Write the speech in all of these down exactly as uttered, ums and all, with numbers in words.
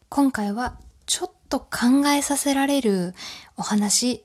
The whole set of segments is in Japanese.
今回はちょっと考えさせられるお話。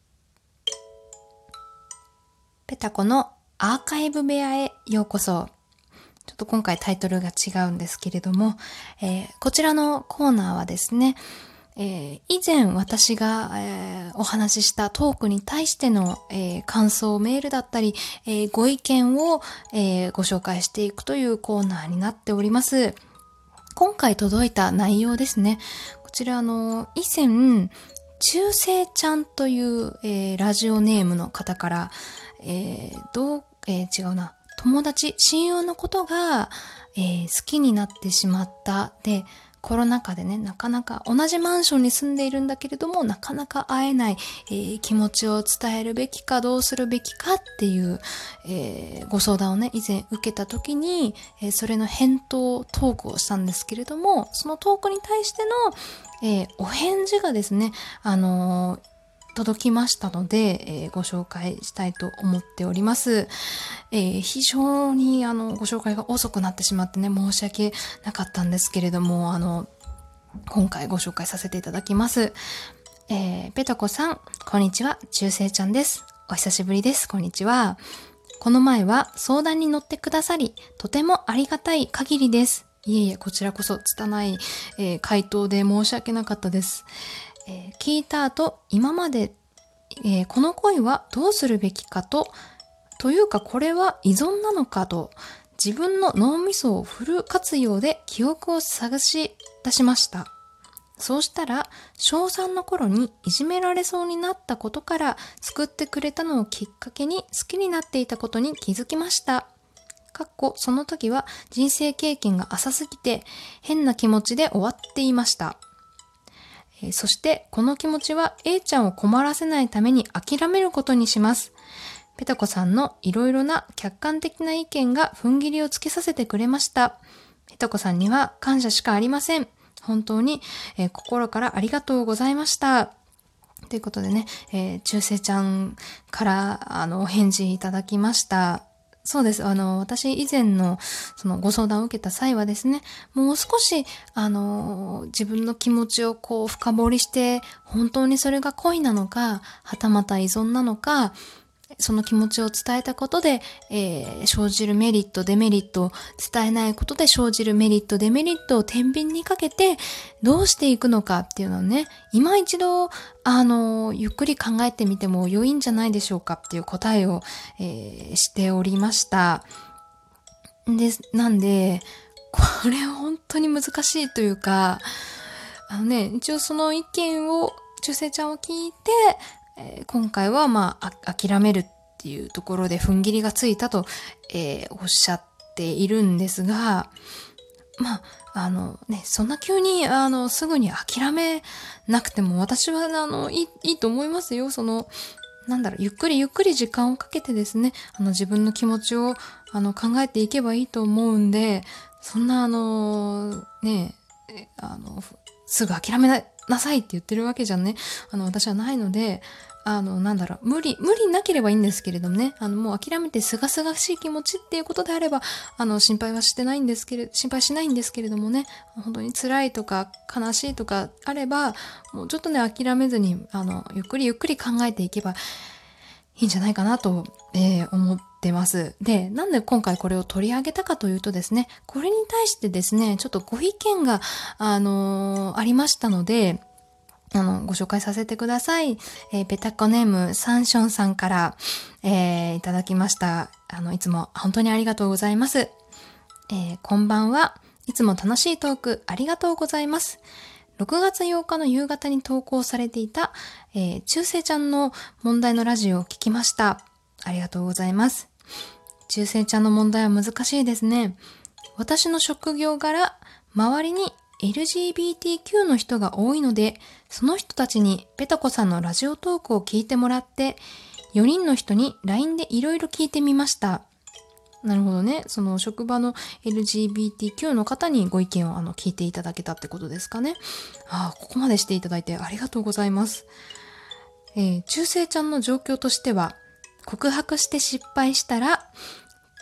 ペタコのアーカイブ部屋へようこそ。ちょっと今回タイトルが違うんですけれども、えー、こちらのコーナーはですね、えー、以前私が、えー、お話ししたトークに対しての、えー、感想メールだったり、えー、ご意見を、えー、ご紹介していくというコーナーになっております。今回届いた内容ですね。こちらあの以前中世ちゃんという、えー、ラジオネームの方から、えーどうえー、違うな友達親友のことが、えー、好きになってしまったで、コロナ禍でね、なかなか同じマンションに住んでいるんだけれどもなかなか会えない、えー、気持ちを伝えるべきかどうするべきかっていう、えー、ご相談をね以前受けた時に、えー、それの返答トークをしたんですけれども、そのトークに対しての、えー、お返事がですね、あのー届きましたので、えー、ご紹介したいと思っております。えー、非常にあのご紹介が遅くなってしまってね、申し訳なかったんですけれども、あの今回ご紹介させていただきます。えー、ペトコさん、こんにちは、中世ちゃんです。お久しぶりです。こんにちは。この前は相談に乗ってくださり、とてもありがたい限りです。いえいえ、こちらこそ拙い、えー、回答で申し訳なかったです。えー、聞いた後、今まで、えー、この恋はどうするべきかと、というかこれは依存なのかと、自分の脳みそをフル活用で記憶を探し出しました。そうしたら、小さんの頃にいじめられそうになったことから救ってくれたのをきっかけに好きになっていたことに気づきました。かっこその時は人生経験が浅すぎて変な気持ちで終わっていました。えー、そしてこの気持ちは A ちゃんを困らせないために諦めることにします。ペタコさんのいろいろな客観的な意見が踏ん切りをつけさせてくれました。ペタコさんには感謝しかありません。本当に、えー、心からありがとうございました。ということでね、えー、中世ちゃんからあのお返事いただきました。そうです。あの、私以前のそのご相談を受けた際はですね、もう少し、あの、自分の気持ちをこう深掘りして、本当にそれが恋なのか、はたまた依存なのか、その気持ちを伝えたことで、えー、生じるメリット、デメリットを伝えないことで生じるメリット、デメリットを天秤にかけてどうしていくのかっていうのをね、今一度、あの、ゆっくり考えてみても良いんじゃないでしょうかっていう答えを、えー、しておりました。です。なんで、これは本当に難しいというか、あのね、一応その意見を、中世ちゃんを聞いて、えー、今回はまあ諦めるっていうところで踏ん切りがついたと、えー、おっしゃっているんですが、まああのね、そんな急にあのすぐに諦めなくても私はあのいい、いいと思いますよ。そのなんだろう、ゆっくりゆっくり時間をかけてですね、あの自分の気持ちをあの考えていけばいいと思うんで、そんなあのねあのすぐ諦めなさいって言ってるわけじゃね、あの私はないので、あのなんだろう、無理無理なければいいんですけれどもね、あのもう諦めてすがすがしい気持ちっていうことであれば、あの心配はしてないんですけれ心配しないんですけれどもね、本当に辛いとか悲しいとかあれば、もうちょっとね諦めずに、あのゆっくりゆっくり考えていけばいいんじゃないかなと、えー、思ってます。で、なんで今回これを取り上げたかというとですね、これに対してですね、ちょっとご意見が、あのー、ありましたので、あの、ご紹介させてください。えー、ペタコネームサンションさんから、えー、いただきました。あの、いつも本当にありがとうございます。えー、こんばんは。いつも楽しいトークありがとうございます。ろくがつようかの夕方に投稿されていた、えー、中世ちゃんの問題のラジオを聞きました。ありがとうございます。中世ちゃんの問題は難しいですね。私の職業柄、周りに エルジービーティーキュー の人が多いので、その人たちにペタコさんのラジオトークを聞いてもらって、よにんの人に ライン でいろいろ聞いてみました。なるほどね。その職場の エルジービーティーキュー の方にご意見をあの聞いていただけたってことですかね。ああ、ここまでしていただいてありがとうございます。えー、中世ちゃんの状況としては、告白して失敗したら、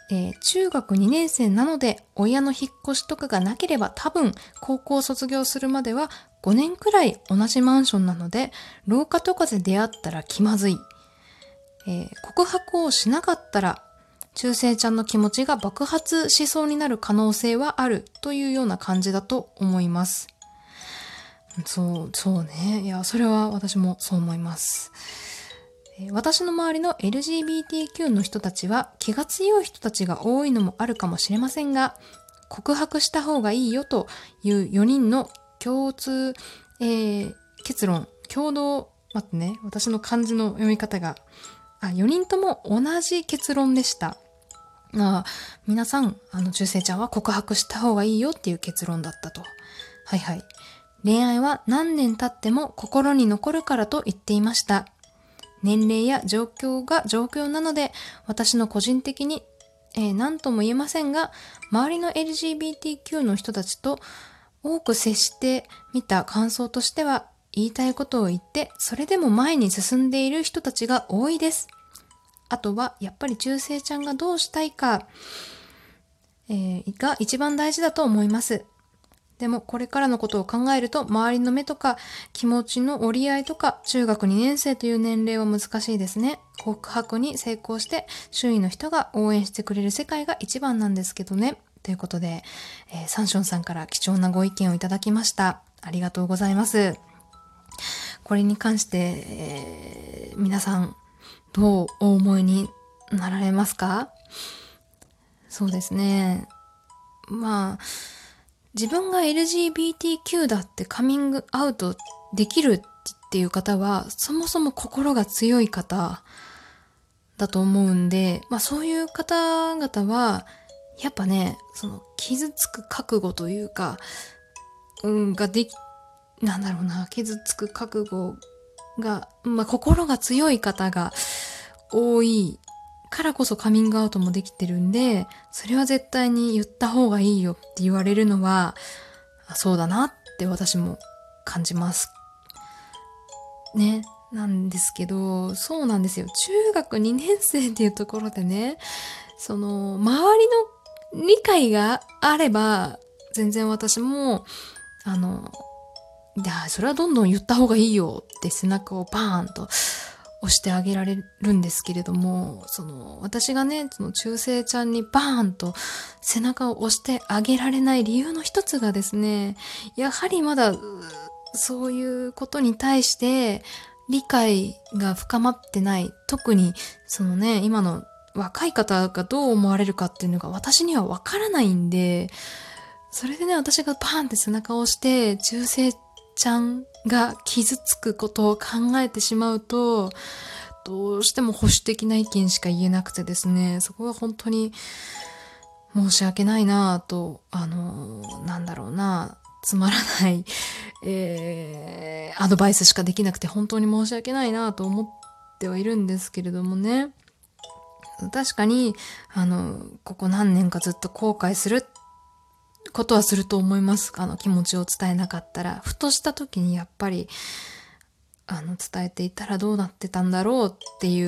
えー中学にねん生なので親の引っ越しとかがなければ多分高校卒業するまではごねんくらい同じマンションなので廊下とかで出会ったら気まずい。えー告白をしなかったら中性ちゃんの気持ちが爆発しそうになる可能性はあるというような感じだと思います。そう、そうね。いや、それは私もそう思います。えー私の周りの エルジービーティーキュー の人たちは気が強い人たちが多いのもあるかもしれませんが、告白した方がいいよというよにんの共通、えー結論、共同、待ってね、私の漢字の読み方が、あ、よにんとも同じ結論でした。あ、皆さん、あの、中性ちゃんは告白した方がいいよっていう結論だったと。はいはい。恋愛は何年経っても心に残るからと言っていました。年齢や状況が状況なので、私の個人的に、えー何とも言えませんが、周りの エルジービーティーキュー の人たちと多く接してみた感想としては、言いたいことを言って、それでも前に進んでいる人たちが多いです。あとは、やっぱり中性ちゃんがどうしたいか、えーが一番大事だと思います。でもこれからのことを考えると周りの目とか気持ちの折り合いとか中学にねん生という年齢は難しいですね。告白に成功して周囲の人が応援してくれる世界が一番なんですけどね。ということで、えーサンションさんから貴重なご意見をいただきました。ありがとうございます。これに関して、えー皆さんどうお思いになられますか？そうですね。まあ、自分が エルジービーティーキュー だってカミングアウトできるっていう方は、そもそも心が強い方だと思うんで、まあそういう方々は、やっぱね、その傷つく覚悟というか、うん、ができ、なんだろうな、傷つく覚悟が、まあ心が強い方が多いからこそカミングアウトもできてるんで、それは絶対に言った方がいいよって言われるのは、そうだなって私も感じます。ね。なんですけど、そうなんですよ。中学にねん生っていうところでね、その、周りの理解があれば、全然私も、あの、いや、それはどんどん言った方がいいよって背中をバーンと押してあげられるんですけれども、その、私がね、その中性ちゃんにバーンと背中を押してあげられない理由の一つがですね、やはりまだ、うそういうことに対して理解が深まってない。特に、そのね、今の若い方がどう思われるかっていうのが私にはわからないんで、それでね、私がバーンって背中を押して、中性ちゃんが傷つくことを考えてしまうと、どうしても保守的な意見しか言えなくてですね、そこは本当に申し訳ないなぁと、あの、なんだろうな、つまらない、えー、アドバイスしかできなくて本当に申し訳ないなぁと思ってはいるんですけれどもね。確かに、あの、ここ何年かずっと後悔することはすると思います。あの、気持ちを伝えなかったら。ふとした時にやっぱり、あの、伝えていたらどうなってたんだろうっていう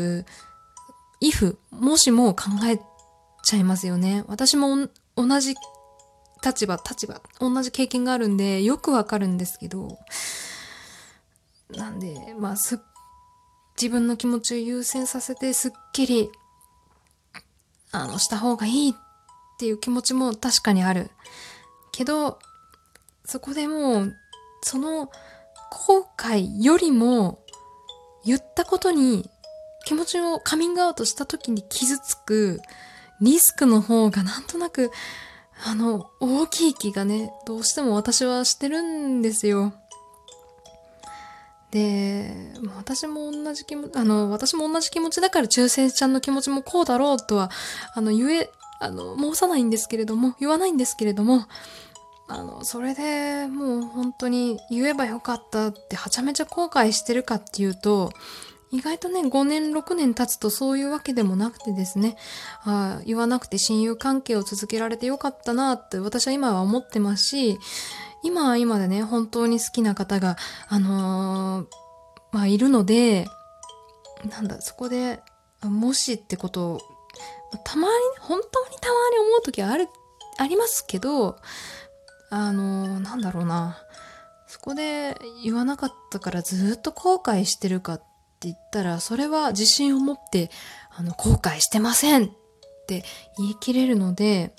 、if、もしも考えちゃいますよね。私も同じ立場、立場、同じ経験があるんで、よくわかるんですけど、なんで、まあ、す、自分の気持ちを優先させて、すっきり、あの、した方がいいっていう気持ちも確かにある。けど、そこでもう、その後悔よりも、言ったことに、気持ちをカミングアウトした時に傷つくリスクの方がなんとなく、あの、大きい気がね、どうしても私はしてるんですよ。で、私も同じ気持ち、あの、私も同じ気持ちだから中性ちゃんの気持ちもこうだろうとは、あの、言え、あの、申さないんですけれども、言わないんですけれども、あの、それでもう本当に言えばよかったってはちゃめちゃ後悔してるかっていうと、意外とね、ごねん、ろくねん経つとそういうわけでもなくてですね、あ言わなくて親友関係を続けられてよかったなって私は今は思ってますし、今は今でね、本当に好きな方が、あのー、まあ、いるので、なんだ、そこで、もしってことをたまに、本当にたまに思う時はある、ありますけど、あの、なんだろうな。そこで言わなかったからずっと後悔してるかって言ったら、それは自信を持って、あの、後悔してませんって言い切れるので、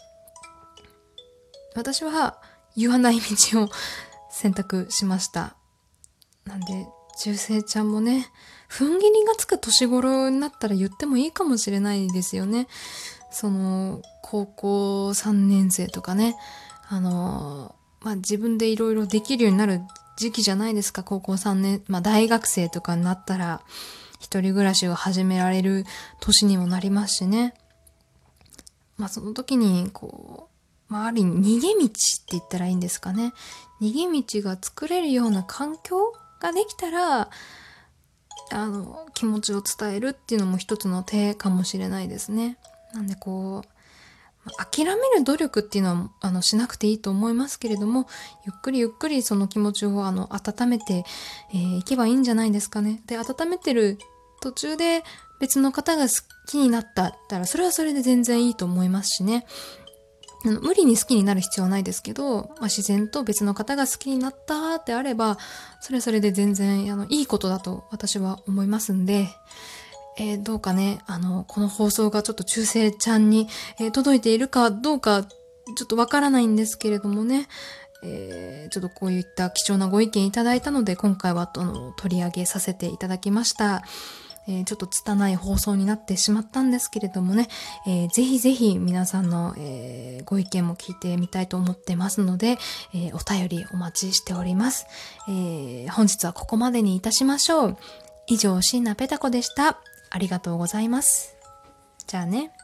私は言わない道を選択しました。なんで、中世ちゃんもね、踏ん切りがつく年頃になったら言ってもいいかもしれないですよね。その、高校さんねん生とかね、あの、まあ、自分でいろいろできるようになる時期じゃないですか、高校さんねん、まあ、大学生とかになったら、一人暮らしを始められる年にもなりますしね。まあ、その時に、こう、まあ、ある意味逃げ道って言ったらいいんですかね。逃げ道が作れるような環境ができたら、あの、気持ちを伝えるっていうのも一つの手かもしれないですね。なんでこう、諦める努力っていうのは、あの、しなくていいと思いますけれども、ゆっくりゆっくりその気持ちを、あの、温めて、えー、いけばいいんじゃないですかね。で、温めてる途中で別の方が好きになったったら、それはそれで全然いいと思いますしね。あの無理に好きになる必要はないですけど、まあ、自然と別の方が好きになったってあれば、それはそれで全然、あの、いいことだと私は思いますんで、えー、どうかね、あの、この放送がちょっと中世ちゃんに、えー、届いているかどうか、ちょっとわからないんですけれどもね、えー、ちょっとこういった貴重なご意見いただいたので、今回はあの取り上げさせていただきました。えー、ちょっと拙い放送になってしまったんですけれどもね、えー、ぜひぜひ皆さんの、えー、ご意見も聞いてみたいと思ってますので、えー、お便りお待ちしております。えー、本日はここまでにいたしましょう。以上、椎名ペタ子でした。ありがとうございます。じゃあね。